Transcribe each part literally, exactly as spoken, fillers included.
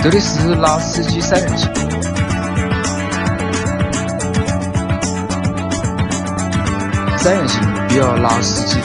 这里是老司机三人行，三人行必有老司机。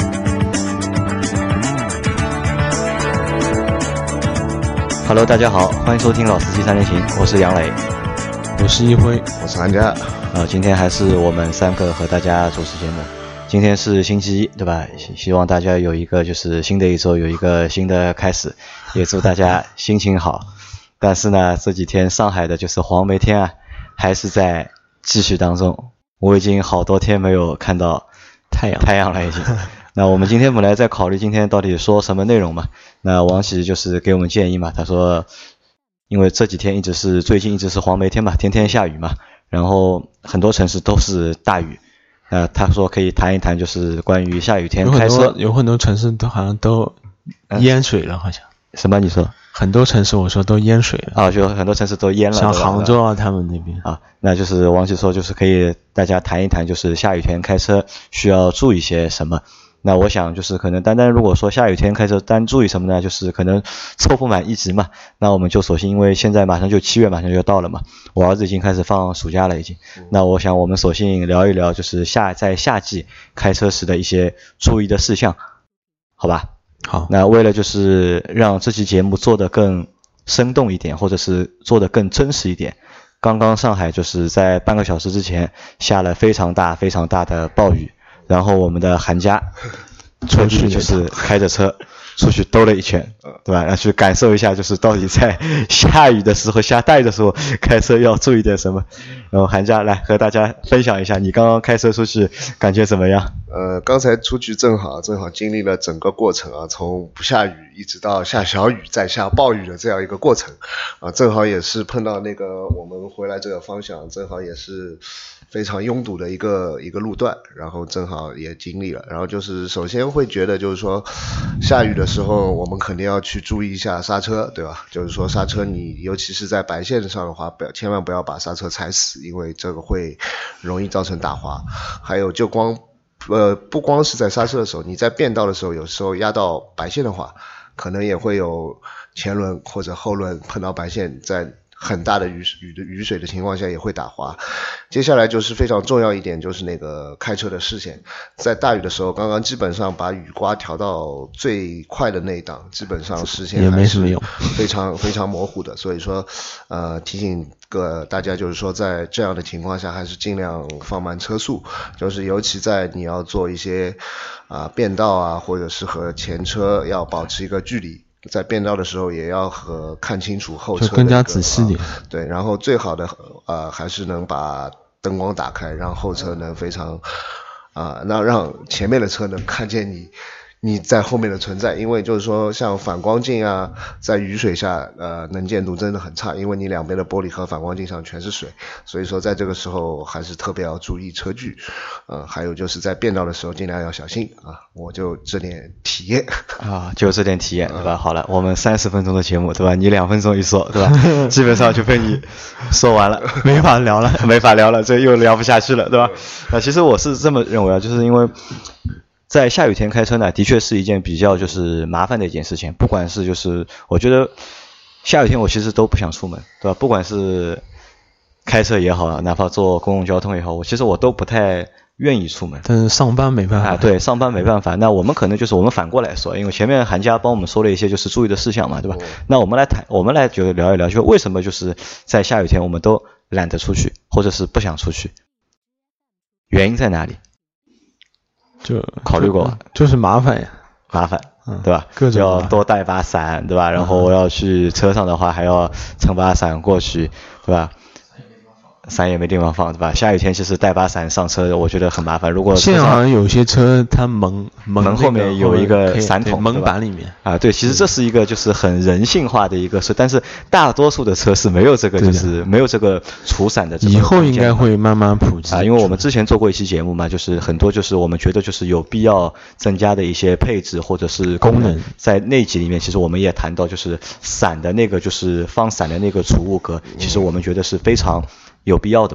Hello， 大家好，欢迎收听老司机三人行，我是杨磊， 我是一辉， 我是韩家。 呃，今天还是我们三个和大家主持节目。今天是星期一，对吧？希望大家有一个就是新的一周有一个新的开始，也祝大家心情好。但是呢，这几天上海的就是黄梅天啊，还是在继续当中。我已经好多天没有看到太阳太阳了，已经。那我们今天本来在考虑今天到底说什么内容嘛？那王琦就是给我们建议嘛，他说，因为这几天一直是最近一直是黄梅天嘛，天天下雨嘛，然后很多城市都是大雨。呃，他说可以谈一谈，就是关于下雨天开车， 有很多有很多城市都好像都淹水了，好像。 什么？你说？ 很多城市我说都淹水了啊，就很多城市都淹了， 像杭州啊，他们那边啊，那就是王琦说，就是可以大家谈一谈，就是下雨天开车需要注意些什么。那我想就是可能单单如果说下雨天开车单注意什么呢，就是可能凑不满一集嘛，那我们就索性因为现在马上就七月马上就要到了嘛，我儿子已经开始放暑假了已经，那我想我们索性聊一聊就是夏在夏季开车时的一些注意的事项，好吧？ 好， 那为了就是让这期节目做得更生动一点，或者是做得更真实一点，刚刚上海就是在半个小时之前下了非常大非常大的暴雨，然后我们的韩家出去就是开着车出去兜了一圈，对吧？要去感受一下，就是到底在下雨的时候、下大雨的时候开车要注意点什么。然后韩家来和大家分享一下，你刚刚开车出去感觉怎么样？ 呃，刚才出去正好正好经历了整个过程啊，从不下雨一直到下小雨再下暴雨的这样一个过程啊，正好也是碰到那个我们回来这个方向，正好也是非常拥堵的一个一个路段，然后正好也经历了，然后就是首先会觉得就是说下雨的时候我们肯定要去注意一下刹车，对吧？就是说刹车你尤其是在白线上的话，不要千万不要把刹车踩死，因为这个会容易造成打滑。还有就光呃不光是在刹车的时候，你在变道的时候有时候压到白线的话，可能也会有前轮或者后轮碰到白线，在很大的雨雨的雨水的情况下也会打滑。接下来就是非常重要一点，就是那个开车的视线，在大雨的时候，刚刚基本上把雨刮调到最快的那一档，基本上视线也没什么用， 非常非常模糊的。所以说，呃，提醒个大家，就是说在这样的情况下，还是尽量放慢车速，就是尤其在你要做一些啊、呃、变道啊，或者是和前车要保持一个距离。在变道的时候也要和看清楚后车的就更加仔细点、 啊、对，然后最好的呃还是能把灯光打开，让后车能非常啊、呃，那让前面的车能看见你你在后面的存在，因为就是说像反光镜啊，在雨水下呃能见度真的很差，因为你两边的玻璃和反光镜上全是水，所以说在这个时候还是特别要注意车距，呃还有就是在变道的时候尽量要小心啊，我就这点体验啊，就这点体验对吧？好了，我们三十分钟的节目对吧？你两分钟一说对吧？基本上就被你说完了， 没法聊了， 没法聊了，这又聊不下去了对吧？那其实我是这么认为啊，就是因为在下雨天开车呢，的确是一件比较就是麻烦的一件事情。不管是就是我觉得下雨天我其实都不想出门，对吧？不管是开车也好，哪怕坐公共交通也好，我其实我都不太愿意出门。 但是上班没办法。 啊，对，上班没办法。那我们可能就是我们反过来说，因为前面韩家帮我们说了一些就是注意的事项嘛，对吧？那我们来谈，我们来就聊一聊，就为什么就是在下雨天我们都懒得出去，或者是不想出去，原因在哪里？ 就考虑过， 就是麻烦呀， 麻烦，对吧？ 各种要多带把伞，对吧？然后要去车上的话，还要撑把伞过去，对吧？伞也没地方放，对吧？下雨天其实带把伞上车，我觉得很麻烦。如果现在好像有些车它门门、 门后面有一个伞筒， 门板里面啊，对，其实这是一个就是很人性化的一个事，但是大多数的车是没有这个，就是没有这个除伞的这个。 以后应该会慢慢普及啊，因为我们之前做过一期节目嘛，就是很多就是我们觉得就是有必要增加的一些配置或者是功能，在那集里面，其实我们也谈到就是伞的那个就是放伞的那个储物格，其实我们觉得是非常有必要的嘛。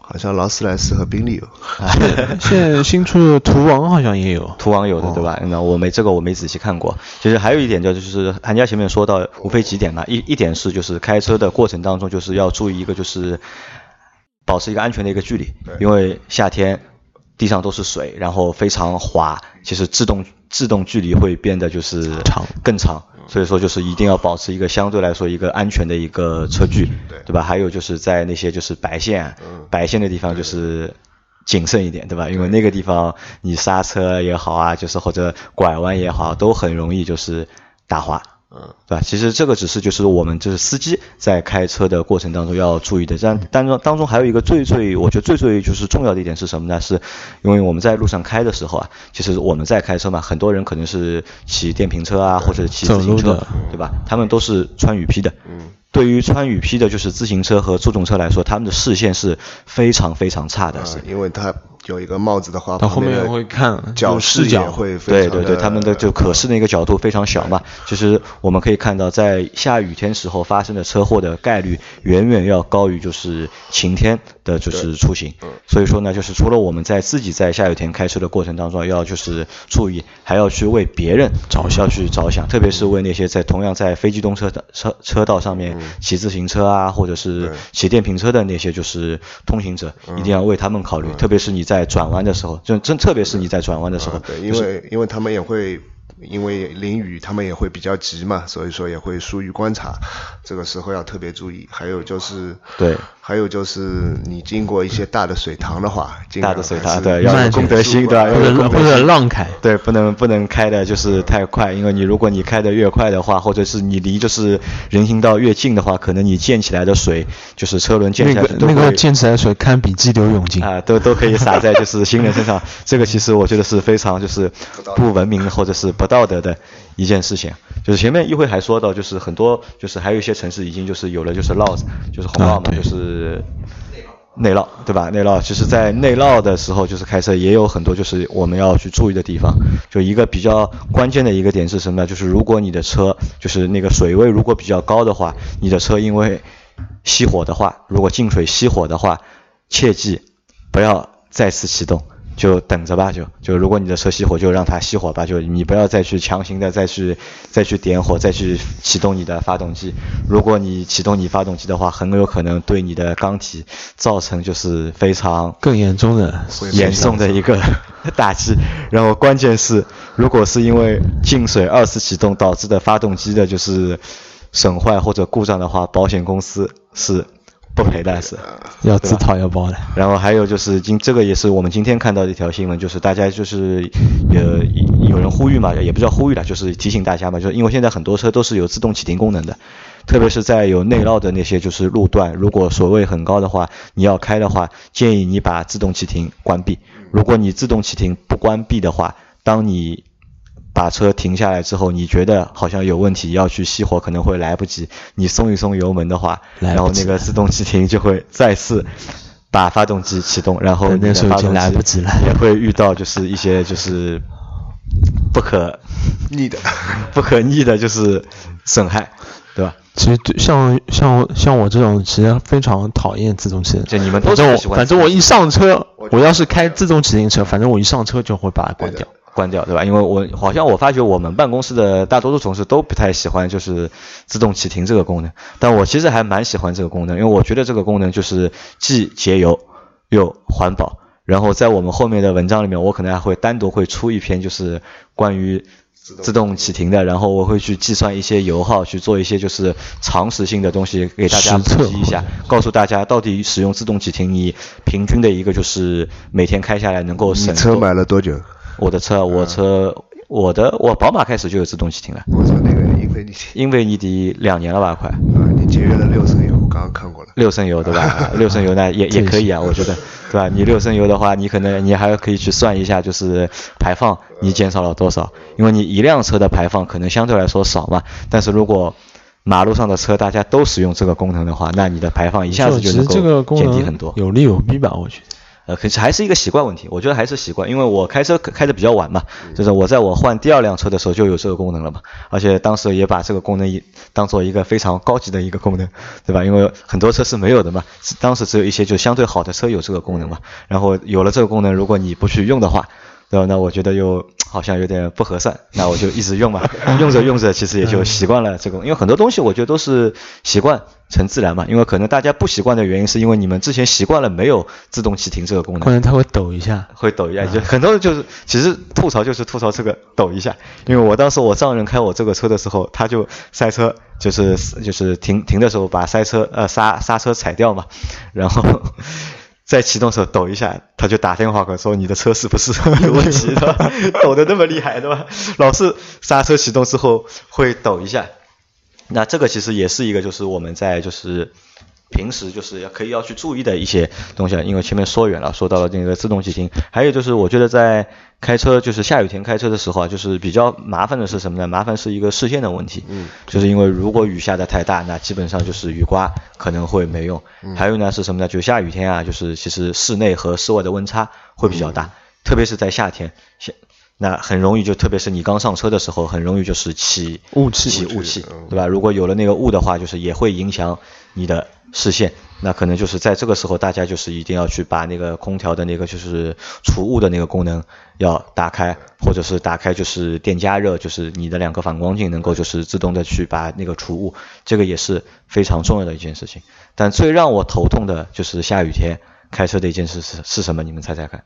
好像劳斯莱斯和宾利有。 现在新出的途王好像也有， 途王有的对吧？那我没这个我没仔细看过。其实还有一点就是韩家前面说到，无非几点嘛，一一点是就是开车的过程当中就是要注意一个就是保持一个安全的一个距离，因为夏天地上都是水，然后非常滑，其实制动制动距离会变得就是长更长。所以说就是一定要保持一个相对来说一个安全的一个车距，对对吧？还有就是在那些就是白线、嗯、白线的地方就是谨慎一点，对吧？因为那个地方你刹车也好啊，就是或者拐弯也好，都很容易就是打滑。嗯，对吧？其实这个只是就是我们就是司机在开车的过程当中要注意的。但当中当中还有一个最最我觉得最最就是重要的一点是什么呢？是因为我们在路上开的时候啊，其实我们在开车嘛，很多人可能是骑电瓶车啊，或者骑自行车，对吧？他们都是穿雨披的。嗯。对于穿雨披的就是自行车和助动车来说，他们的视线是非常非常差的，是、 嗯、因为他有一个帽子的话， 到后面会看角视也会非常对对对，他们的就可视的一个角度非常小嘛。其实我们可以看到，在下雨天时候发生的车祸的概率远远要高于就是晴天的就是出行。所以说呢，就是除了我们在自己在下雨天开车的过程当中要就是注意，还要去为别人着想去着想，特别是为那些在同样在非机动车的车车道上面骑自行车啊，或者是骑电瓶车的那些就是通行者，一定要为他们考虑，特别是你在转弯的时候，真真特别是你在转弯的时候， 对，因为因为他们也会。因为淋雨他们也会比较急嘛，所以说也会疏于观察，这个时候要特别注意。还有就是对， 还有就是你经过一些大的水塘的话， 大的水塘对要有公德心对吧？ 或者或者让开， 对，不能不能开的就是太快，因为你如果你开的越快的话，或者是你离就是人行道越近的话，可能你溅起来的水就是车轮溅起来的那个那个溅起来的水堪比激流勇进啊，都都可以洒在就是行人身上。这个其实我觉得是非常就是不文明或者是不道德的一件事情。就是前面一会还说到，就是很多就是还有一些城市已经就是有了就是绕子，就是红绕嘛，啊、就是内绕，对吧？内绕其实在内绕的时候就是开车也有很多就是我们要去注意的地方。就一个比较关键的一个点是什么呢？就是如果你的车就是那个水位如果比较高的话，你的车因为熄火的话，如果进水熄火的话，切记不要再次启动，就等着吧，就就如果你的车熄火，就让它熄火吧，就你不要再去强行的再去再去点火，再去启动你的发动机。如果你启动你发动机的话，很有可能对你的缸体造成就是非常更严重的严重的一个打击。然后关键是，如果是因为进水二次启动导致的发动机的就是损坏或者故障的话，保险公司是不赔的，是要自掏腰包的。 然后还有就是今这个也是我们今天看到的一条新闻，就是大家就是有有人呼吁嘛，也不叫呼吁了，就是提醒大家嘛，就是因为现在很多车都是有自动启停功能的，特别是在有内绕的那些就是路段，如果水位很高的话，你要开的话，建议你把自动启停关闭。如果你自动启停不关闭的话，当你把车停下来之后，你觉得好像有问题要去熄火可能会来不及，你松一松油门的话，然后那个自动启停就会再次把发动机启动，然后你的发动机也会遇到就是一些就是不可逆的不可逆的就是损害，对吧？ 其实像像像我这种其实非常讨厌自动启停， 就你们都反正我反正我一上车，我要是开自动启停车，反正我一上车就会把它关掉。 关掉，对吧？因为我好像我发觉我们办公室的大多数同事都不太喜欢就是自动启停这个功能，但我其实还蛮喜欢这个功能，因为我觉得这个功能就是既节油又环保。然后在我们后面的文章里面，我可能还会单独会出一篇就是关于自动启停的，然后我会去计算一些油耗，去做一些就是常识性的东西给大家普及一下，告诉大家到底使用自动启停你平均的一个就是每天开下来能够省。 你车买了多久？ 我的车，我车，我的我宝马开始就有自动启停了。 我车那个英菲尼迪， 英菲尼迪两年了吧，快。 啊，你节约了六升油，我刚刚看过了。 六升油对吧？六升油呢也也可以啊，我觉得，对吧？你六升油的话，你可能你还可以去算一下，就是排放你减少了多少，因为你一辆车的排放可能相对来说少嘛，但是如果马路上的车大家都使用这个功能的话，那你的排放一下子就能够减低很多。 有利有弊吧，我觉得。 呃，可是还是一个习惯问题，我觉得还是习惯，因为我开车开的比较晚嘛，就是我在我换第二辆车的时候就有这个功能了嘛，而且当时也把这个功能当做一个非常高级的一个功能，对吧？因为很多车是没有的嘛，当时只有一些就相对好的车有这个功能嘛，然后有了这个功能，如果你不去用的话，对吧？那我觉得又好像有点不合算，那我就一直用嘛，用着用着其实也就习惯了这个，因为很多东西我觉得都是习惯成自然嘛，因为可能大家不习惯的原因是因为你们之前习惯了没有自动启停这个功能， 可能它会抖一下， 会抖一下，就很多人就是其实吐槽就是吐槽这个抖一下，因为我当时我丈人开我这个车的时候，他就塞车，就是就是停停的时候把塞车呃刹刹车踩掉嘛，然后在启动时候抖一下，他就打电话给我说你的车是不是有问题的，抖得那么厉害，对吧？老是刹车启动之后会抖一下。那这个其实也是一个就是我们在就是平时就是可以要去注意的一些东西，因为前面说远了，说到了那个自动启停，还有就是我觉得在开车就是下雨天开车的时候啊，就是比较麻烦的是什么呢？麻烦是一个视线的问题，嗯，就是因为如果雨下的太大，那基本上就是雨刮可能会没用。嗯、还有呢是什么呢？就下雨天啊，就是其实室内和室外的温差会比较大，嗯、特别是在夏天。那很容易就特别是你刚上车的时候，很容易就是起雾气， 起雾气，对吧？如果有了那个雾的话，就是也会影响你的视线。那可能就是在这个时候，大家就是一定要去把那个空调的那个就是除雾的那个功能要打开，或者是打开就是电加热，就是你的两个反光镜能够就是自动的去把那个除雾，这个也是非常重要的一件事情。但最让我头痛的就是下雨天开车的一件事是是什么？你们猜猜看？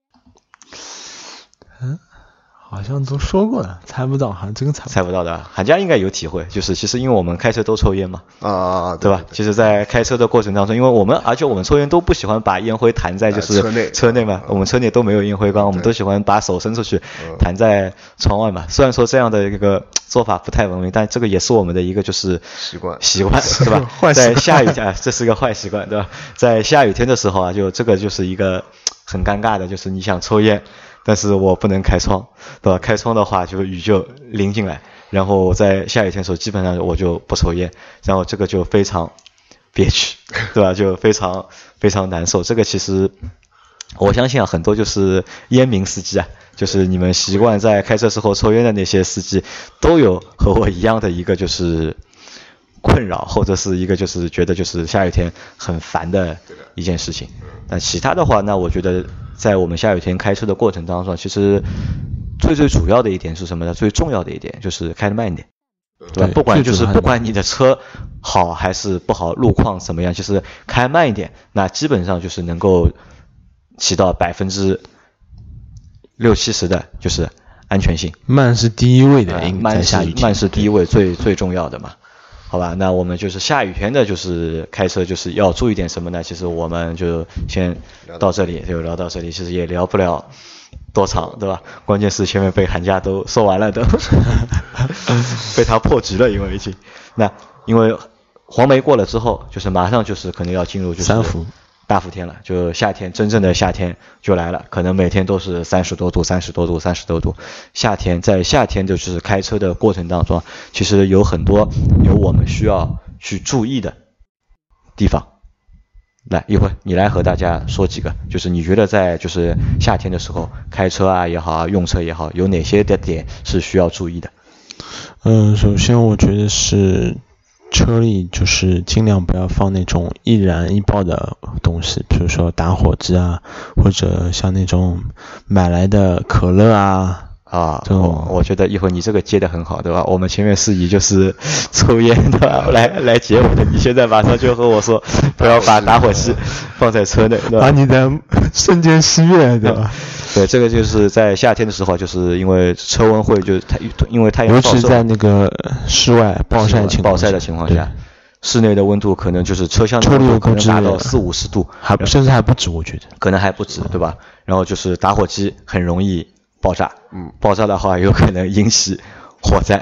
嗯。好像都说过了，猜不到，好像真猜不到。 猜不到的，韩家应该有体会，就是其实因为我们开车都抽烟嘛， 啊， 对吧？对对对，其实，在开车的过程当中，因为我们而且我们抽烟都不喜欢把烟灰弹在就是车内， 车内嘛，我们车内都没有烟灰缸，我们都喜欢把手伸出去弹在窗外嘛。虽然说这样的一个做法不太文明，但这个也是我们的一个就是习惯， 习惯是吧？在下雨天，这是个坏习惯，对吧？在下雨天的时候啊，就这个就是一个很尴尬的，就是你想抽烟。但是我不能开窗，对吧？开窗的话就雨就淋进来，然后在下雨天的时候基本上我就不抽烟，然后这个就非常憋屈，对吧？就非常非常难受。这个其实我相信啊，很多就是烟民司机啊，就是你们习惯在开车时候抽烟的那些司机，都有和我一样的一个就是困扰，或者是一个就是觉得就是下雨天很烦的一件事情。但其他的话，那我觉得在我们下雨天开车的过程当中，其实最最主要的一点是什么呢？最重要的一点就是开得慢一点，对吧？不管就是不管你的车好还是不好，路况怎么样，就是开慢一点，那基本上就是能够起到百分之六七十的就是安全性。 慢是第一位的， 慢是慢是第一位最最重要的嘛。好吧，那我们就是下雨天的，就是开车就是要注意点什么呢？其实我们就先到这里，就聊到这里。其实也聊不了多长，对吧？关键是前面被韩家都说完了都，被他破局了，因为已经那因为黄梅过了之后，就是马上就是可能要进入就是三伏大伏天了，就夏天真正的夏天就来了，可能每天都是三十多度、三十多度、三十多度。夏天在夏天就是开车的过程当中，其实有很多有我们需要去注意的地方。来，一会你来和大家说几个，就是你觉得在就是夏天的时候开车啊也好啊，用车也好，有哪些的点是需要注意的？ 嗯，首先我觉得是车里就是尽量不要放那种易燃易爆的东西，比如说打火机啊，或者像那种买来的可乐啊啊，我我觉得一会你这个接得很好，对吧？我们前面是以就是抽烟对吧来来结尾的，你现在马上就和我说不要把打火机放在车内，对吧？ 把你的瞬间熄灭，对吧？ 对，这个就是在夏天的时候，就是因为车温会就是太因为太阳， 尤其是在那个室外暴晒情暴晒的情况下，室内的温度可能就是车厢的温度可能达到四五十度， 还甚至还不止，我觉得可能还不止，对吧？然后就是打火机很容易爆炸，嗯，爆炸的话有可能引起火灾，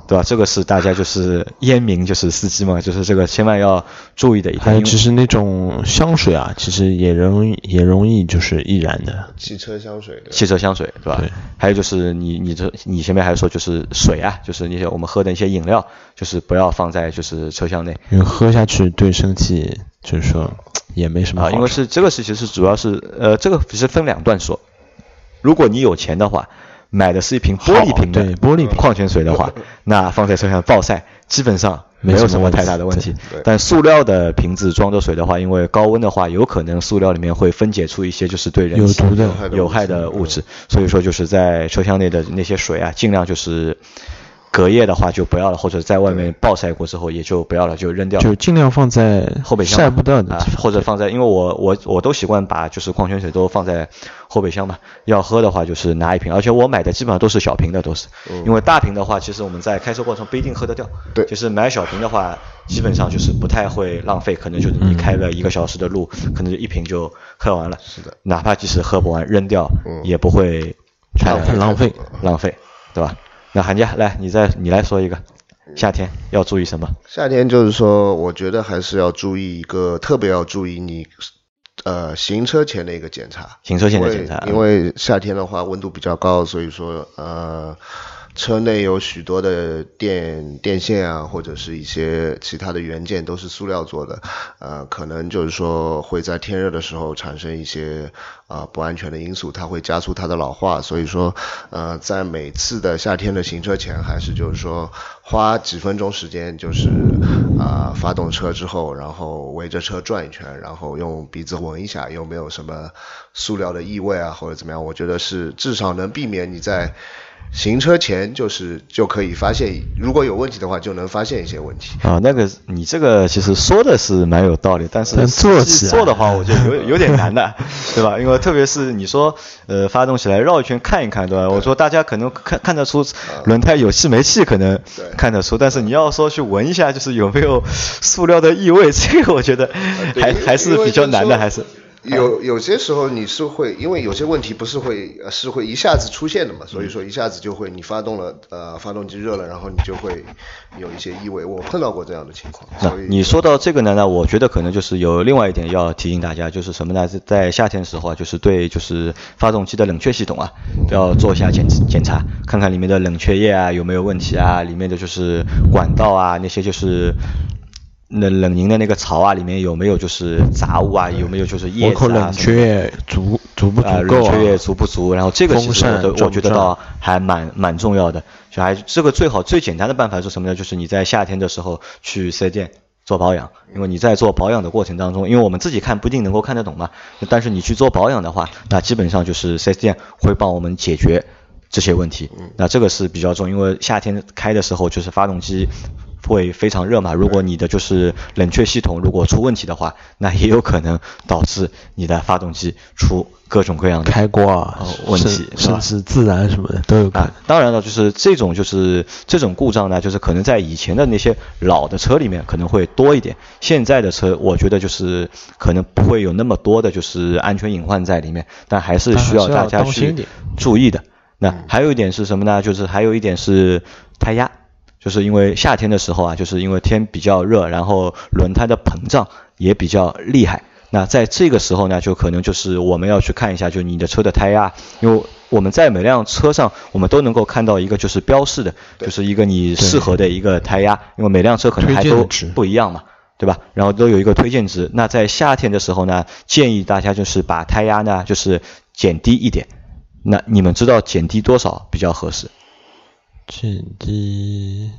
对吧？这个是大家就是烟民就是司机嘛，就是这个千万要注意的一点。 还有就是那种香水啊，其实也容易也容易就是易燃的。 汽车香水对。 汽车香水对吧？ 对。 还有就是你你这你前面还说就是水啊，就是那些我们喝的一些饮料，就是不要放在就是车厢内， 因为喝下去对身体就是说也没什么好处。 啊，因为是这个是其实主要是呃这个其实分两段说，如果你有钱的话。买的是一瓶玻璃瓶的玻璃瓶矿泉水的话，那放在车上暴晒基本上没有什么太大的问题。但塑料的瓶子装着水的话，因为高温的话，有可能塑料里面会分解出一些就是对人体有毒的有害的物质，所以说就是在车厢内的那些水啊，尽量就是隔夜的话就不要了，或者在外面暴晒过之后也就不要了，就扔掉， 就尽量放在后备箱晒不到的、 啊，或者放在，因为我我我都习惯把就是矿泉水都放在后备箱嘛，要喝的话就是拿一瓶，而且我买的基本上都是小瓶的，都是， 嗯、 因为大瓶的话，其实我们在开车过程中不一定喝得掉， 对， 就是买小瓶的话，基本上就是不太会浪费，可能就是你开了一个小时的路，嗯、可能就一瓶就喝完了， 是的， 哪怕即使喝不完扔掉， 嗯、 也不会太浪费浪费，对吧？那韩家来，你再你来说一个，夏天要注意什么？ 夏天就是说，我觉得还是要注意一个，特别要注意你呃行车前的一个检查。 行车前的检查， 因为, 因为夏天的话温度比较高，所以说呃车内有许多的电电线啊，或者是一些其他的元件都是塑料做的，呃，可能就是说会在天热的时候产生一些啊、呃、不安全的因素，它会加速它的老化。所以说，呃，在每次的夏天的行车前，还是就是说花几分钟时间，就是啊、呃、发动车之后，然后围着车转一圈，然后用鼻子闻一下有没有什么塑料的异味啊，或者怎么样。我觉得是至少能避免你在行车前就是就可以发现，如果有问题的话就能发现一些问题啊。那个你这个其实说的是蛮有道理，但是做起做的话我觉得有有点难的，对吧？因为特别是你说呃发动起来绕一圈看一看，对吧？我说大家可能看看得出轮胎有气没气，可能看得出，但是你要说去闻一下就是有没有塑料的异味，这个我觉得还还是比较难的，还是。 有有些时候你是会，因为有些问题不是会是会一下子出现的嘛，所以说一下子就会你发动了呃发动机热了，然后你就会有一些异味，我碰到过这样的情况。 那你说到这个呢，那我觉得可能就是有另外一点要提醒大家，就是什么呢？在夏天的时候啊，就是对就是发动机的冷却系统啊，要做一下检检查，看看里面的冷却液啊有没有问题啊，里面的就是管道啊那些就是。那冷凝的那个槽啊，里面有没有就是杂物啊？有没有就是叶子啊？ 冷却液足足不足够啊？ 冷却液足不足？然后这个其实我我觉得倒还蛮蛮重要的。就还这个最好最简单的办法是什么呢？就是你在夏天的时候去四 S 店做保养，因为你在做保养的过程当中，因为我们自己看不一定能够看得懂嘛，但是你去做保养的话，那基本上就是四 S 店会帮我们解决这些问题。那这个是比较重，因为夏天开的时候就是发动机会非常热嘛，如果你的就是冷却系统如果出问题的话，那也有可能导致你的发动机出各种各样的开挂、啊呃、问题， 甚至自燃什么的都有可能、 啊。当然了，就是这种就是这种故障呢，就是可能在以前的那些老的车里面可能会多一点，现在的车我觉得就是可能不会有那么多的就是安全隐患在里面，但还是需要大家去注意的。那还有一点是什么呢？就是还有一点是胎压。就是因为夏天的时候啊，就是因为天比较热，然后轮胎的膨胀也比较厉害。那在这个时候呢，就可能就是我们要去看一下，就你的车的胎压，因为我们在每辆车上我们都能够看到一个就是标示的，就是一个你适合的一个胎压，因为每辆车可能还都不一样嘛，对吧？然后都有一个推荐值。那在夏天的时候呢，建议大家就是把胎压呢就是减低一点。那你们知道减低多少比较合适？ 减低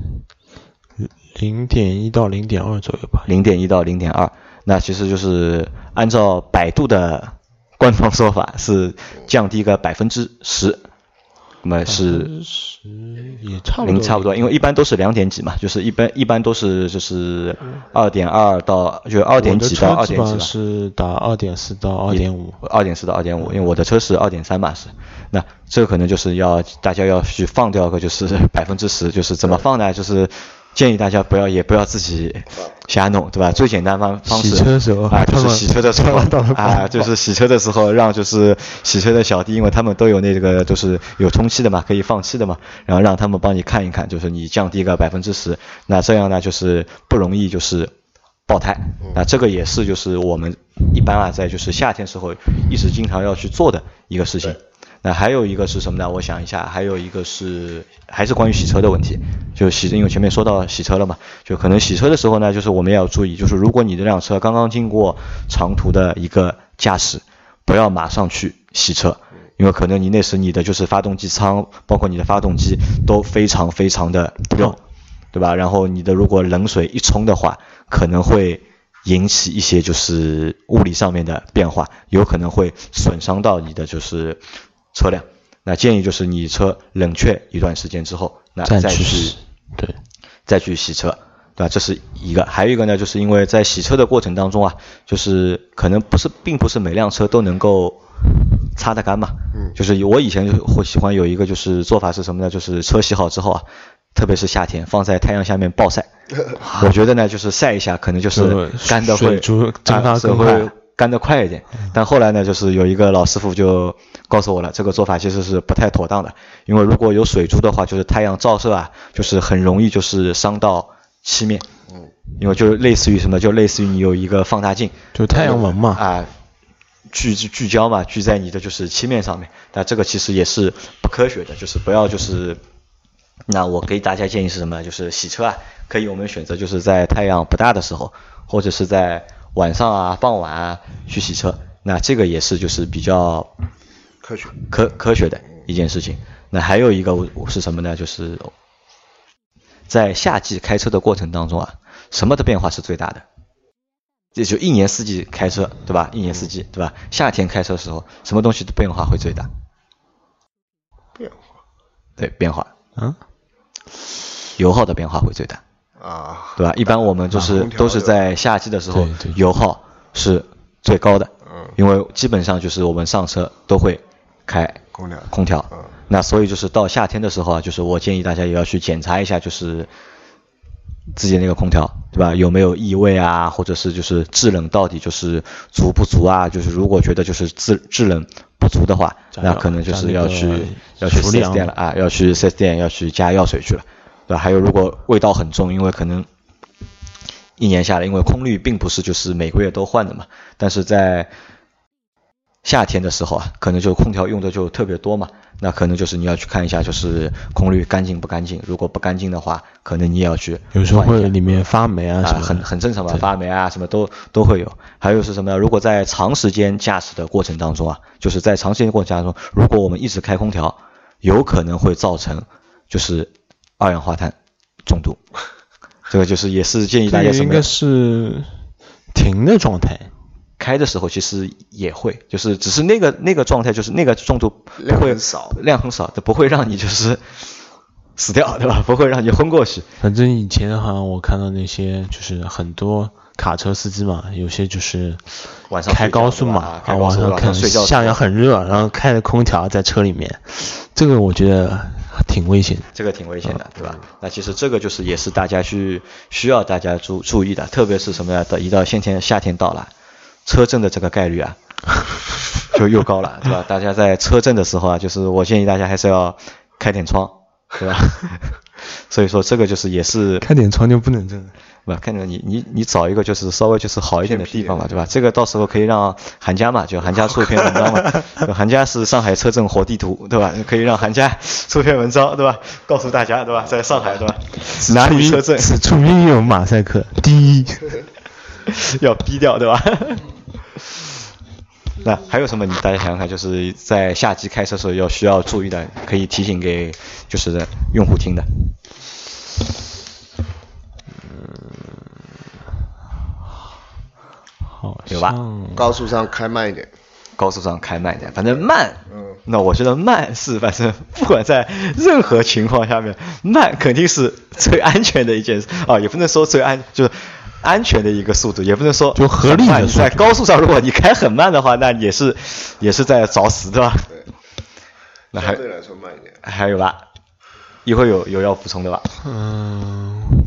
零点一到零点二左右吧。 零点一到零点二，那其实就是按照百度的官方说法是降低个百分之十，那么是十也差不多， 差不多，因为一般都是两点几嘛，就是一般一般都是就是二点二到就二点几到二点几吧。 是打二点四到二点五， 二点四到二点五，因为我的车是二点三嘛是。那这个可能就是要大家要去放掉个就是百分之十，就是怎么放呢？就是建议大家不要也不要自己瞎弄，对吧？最简单方方式洗车的时候啊，就是洗车的时候啊，就是洗车的时候让就是洗车的小弟，因为他们都有那个就是有充气的嘛，可以放气的嘛，然后让他们帮你看一看，就是你降低个百分之十，那这样呢就是不容易就是爆胎。那这个也是就是我们一般啊在就是夏天时候一直经常要去做的一个事情。那还有一个是什么呢？我想一下，还有一个是还是关于洗车的问题，就洗，因为前面说到洗车了嘛，就可能洗车的时候呢，就是我们也要注意，就是如果你这辆车刚刚经过长途的一个驾驶，不要马上去洗车，因为可能你那时你的就是发动机舱，包括你的发动机都非常非常的热，对吧？然后你的如果冷水一冲的话，可能会引起一些就是物理上面的变化，有可能会损伤到你的就是车辆。那建议就是你车冷却一段时间之后，那再去对再去洗车，对吧？这是一个。还有一个呢，就是因为在洗车的过程当中啊，就是可能不是并不是每辆车都能够擦得干嘛。嗯。就是我以前就会喜欢有一个就是做法是什么呢？就是车洗好之后啊，特别是夏天放在太阳下面暴晒。我觉得呢，就是晒一下可能就是干的会蒸发更快。干得快一点，但后来呢，就是有一个老师傅就告诉我了，这个做法其实是不太妥当的，因为如果有水珠的话，就是太阳照射啊，就是很容易就是伤到漆面，嗯，因为就类似于什么，就类似于你有一个放大镜， 就太阳纹嘛， 啊，聚聚焦嘛，聚在你的就是漆面上面，但这个其实也是不科学的，就是不要就是，那我给大家建议是什么？就是洗车啊，可以我们选择就是在太阳不大的时候，或者是在晚上啊、傍晚啊去洗车，那这个也是就是比较科学、 科科学的一件事情。那还有一个是什么呢？就是在夏季开车的过程当中啊，什么的变化是最大的？这就一年四季开车，对吧？一年四季，对吧？夏天开车的时候，什么东西的变化会最大？ 变化？ 对，变化。 嗯， 油耗的变化会最大。 啊， 对吧？一般我们就是都是在夏季的时候，油耗是最高的， 嗯， 因为基本上就是我们上车都会开空调， 空调， 嗯， 那所以就是到夏天的时候啊，就是我建议大家也要去检查一下，就是自己那个空调，对吧？有没有异味啊，或者是就是制冷到底就是足不足啊？就是如果觉得就是制制冷不足的话，那可能就是要去要去四 S 店了啊，要去四 S 店要去加药水去了。对吧？还有如果味道很重，因为可能一年下来，因为空滤并不是就是每个月都换的嘛，但是在夏天的时候啊，可能就空调用的就特别多嘛，那可能就是你要去看一下就是空滤干净不干净，如果不干净的话，可能你也要去换一下， 有时候会里面发霉啊什么、 啊、很很正常嘛，发霉啊什么都都会有。还有是什么呢？如果在长时间驾驶的过程当中啊，就是在长时间的过程当中，如果我们一直开空调，有可能会造成就是二氧化碳中毒，这个就是也是建议大家什么？ 应该是停的状态， 开的时候其实也会，就是只是那个那个状态，就是那个中毒量很少， 量很少，它不会让你就是死掉，对吧？不会让你昏过去。 反正以前好像我看到那些就是很多卡车司机嘛，有些就是晚上开高速嘛， 啊， 晚上看下阳很热，然后开着空调在车里面，这个我觉得挺危险的。 这个挺危险的，对吧？那其实这个就是也是大家去需要大家注注意的，特别是什么呀？一到夏天夏天到了，车震的这个概率啊就又高了，对吧？大家在车震的时候啊，就是我建议大家还是要开点窗，对吧？所以说这个就是也是开点窗就不能震。 不，看着你你你找一个就是稍微就是好一点的地方嘛，对吧？这个到时候可以让韩家嘛，就韩家出一篇文章嘛。韩家是上海车震活地图，对吧？可以让韩家出篇文章，对吧？告诉大家，对吧？在上海，对吧？哪里车震？ 此处应有马赛克，第一要逼掉，对吧？那还有什么？你大家想想看，就是在夏季开车时候要需要注意的，可以提醒给就是用户听的。有吧？ 高速上开慢一点， 高速上开慢一点，反正慢。 嗯， 那我觉得慢是反正不管在任何情况下面，慢肯定是最安全的一件事啊，也不能说最安，就是安全的一个速度，也不能说就合理的速度。 在高速上，如果你开很慢的话，那也是也是在找死，对吧？ 对。 那还相对来说慢一点。 还有吧？一会有有要补充的吧？ 嗯，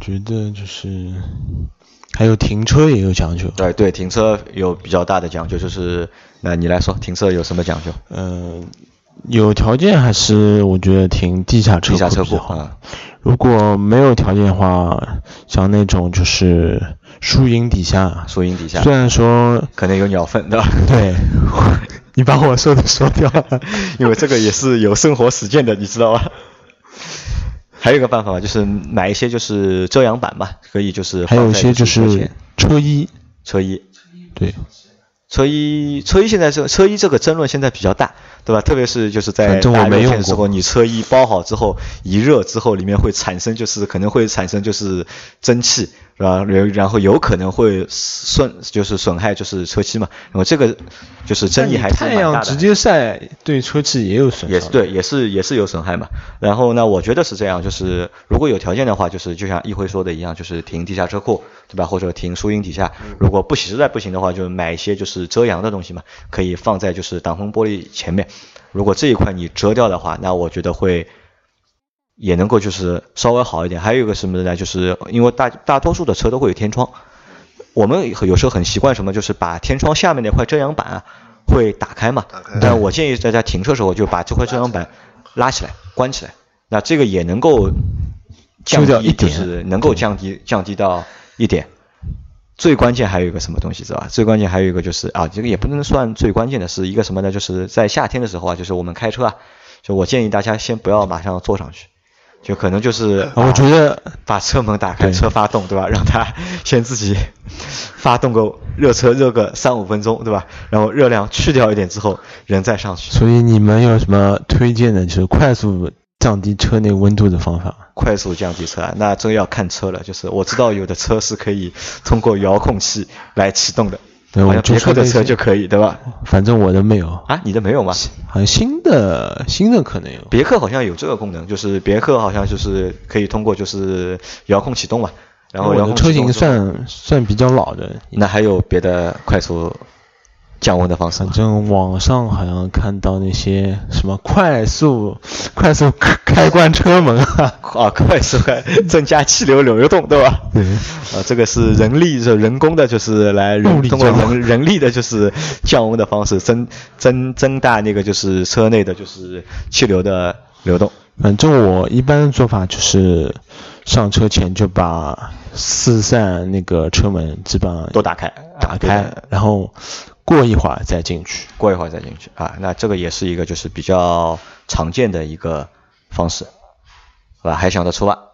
觉得就是还有停车也有讲究。 对对，停车有比较大的讲究，就是那你来说，停车有什么讲究？ 嗯、呃，有条件还是我觉得停地下车库地下车库啊。如果没有条件的话，像那种就是树荫底下， 树荫底下， 虽然说可能有鸟粪，对吧？ 对，你把我说的说掉了， 因为这个也是有生活实践的，你知道吧？还有一个办法就是买一些就是遮阳板嘛，可以就是还有一些就是车衣， 车衣， 对。 车衣，车衣现在这车衣这个争论现在比较大，对吧？特别是就是在大热天的时候，你车衣包好之后，一热之后，里面会产生就是可能会产生就是蒸汽，是吧？然后有可能会损就是损害就是车漆嘛。然后这个就是争议还是蛮大的。 太阳直接晒对车漆也有损害。 也是对，也是也是有损害嘛。然后呢，我觉得是这样，就是如果有条件的话，就是就像一辉说的一样，就是停地下车库，对吧？或者停树荫底下。如果不实在不行的话，就买一些就是遮阳的东西嘛，可以放在就是挡风玻璃前面。如果这一块你遮掉的话，那我觉得会也能够就是稍微好一点。还有一个什么呢？就是因为大大多数的车都会有天窗，我们有时候很习惯什么，就是把天窗下面那块遮阳板啊会打开嘛。但我建议大家停车的时候就把这块遮阳板拉起来、关起来。那这个也能够降低，就是能够降低降低到一点。最关键还有一个什么东西知道吧？最关键还有一个就是啊，这个也不能算最关键的，是一个什么呢？就是在夏天的时候啊，就是我们开车啊，就我建议大家先不要马上坐上去，就可能就是我觉得把车门打开，车发动，对吧？让它先自己发动个热车热个三五分钟，对吧？然后热量去掉一点之后，人再上去。 所以你们有什么推荐的，就是快速降低车内温度的方法？ 快速降低车啊，那这个要看车了。就是我知道有的车是可以通过遥控器来启动的， 对， 好像别克的车就可以，对吧？ 反正我的没有啊，你的没有吗？ 好像新的新的可能有。 别克好像有这个功能，就是别克好像就是可以通过就是遥控启动嘛。然后遥控启动车型算算比较老的。 那还有别的快速降温的方式？ 反正网上好像看到那些什么快速快速开关车门啊， 啊，快速开增加气流流动，对吧？ 对， 啊，这个是人力就人工的，就是来人通过人人力的，就是降温的方式，增增增大那个就是车内的就是气流的流动。 反正我一般的做法就是上车前就把四扇那个车门基本上都打开， 打开，然后过一会儿再进去， 过一会儿再进去啊。那这个也是一个就是比较常见的一个方式，好吧？还想得出吧？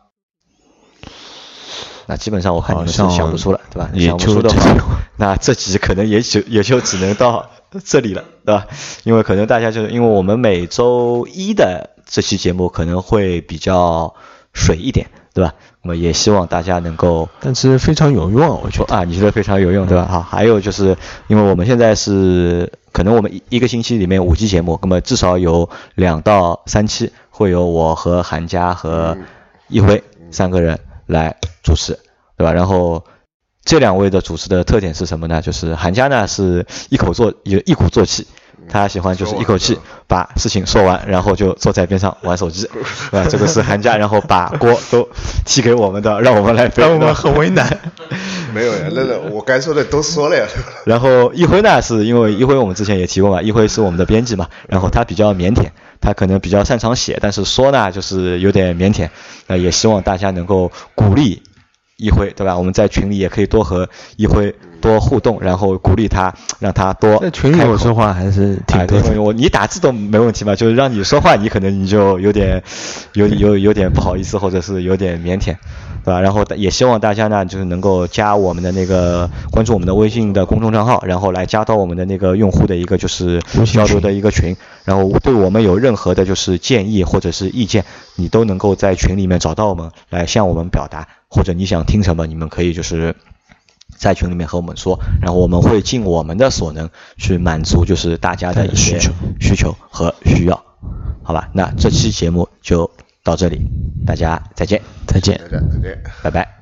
那基本上我看你们是想不出了，对吧？想不出的话，那这集可能也就也就只能到这里了，对吧？因为可能大家就是因为我们每周一的这期节目可能会比较水一点，对吧？那么也希望大家能够， 但是非常有用，我觉得啊，你觉得非常有用，对吧？好，还有就是因为我们现在是可能我们一个星期里面五期节目，那么至少有两到三期会有我和韩佳和一辉三个人来主持，对吧？然后这两位的主持的特点是什么呢？就是韩佳呢是一口做一鼓作气，他喜欢就是一口气把事情说完，然后就坐在边上玩手机，对吧？这个是韩佳，然后把锅都踢给我们的，让我们来背， 让我们很为难。 没有呀，那个我该说的都说了呀。 然后一辉呢，是因为一辉我们之前也提过嘛，一辉是我们的编辑嘛，然后他比较腼腆，他可能比较擅长写，但是说呢就是有点腼腆，那也希望大家能够鼓励一辉，对吧？我们在群里也可以多和一辉多互动，然后鼓励他，让他多。 在群里我说话还是挺多的。 哎、我你打字都没问题嘛，就是让你说话，你可能你就有点有有有点不好意思，或者是有点腼腆，对吧？然后也希望大家呢，就是能够加我们的那个关注我们的微信的公众账号，然后来加到我们的那个用户的一个就是交流的一个群，然后对我们有任何的就是建议或者是意见，你都能够在群里面找到我们，来向我们表达。或者你想听什么，你们可以就是在群里面和我们说，然后我们会尽我们的所能去满足就是大家的一些需求和需要，好吧？那这期节目就到这里，大家再见， 再见， 再见， 拜拜。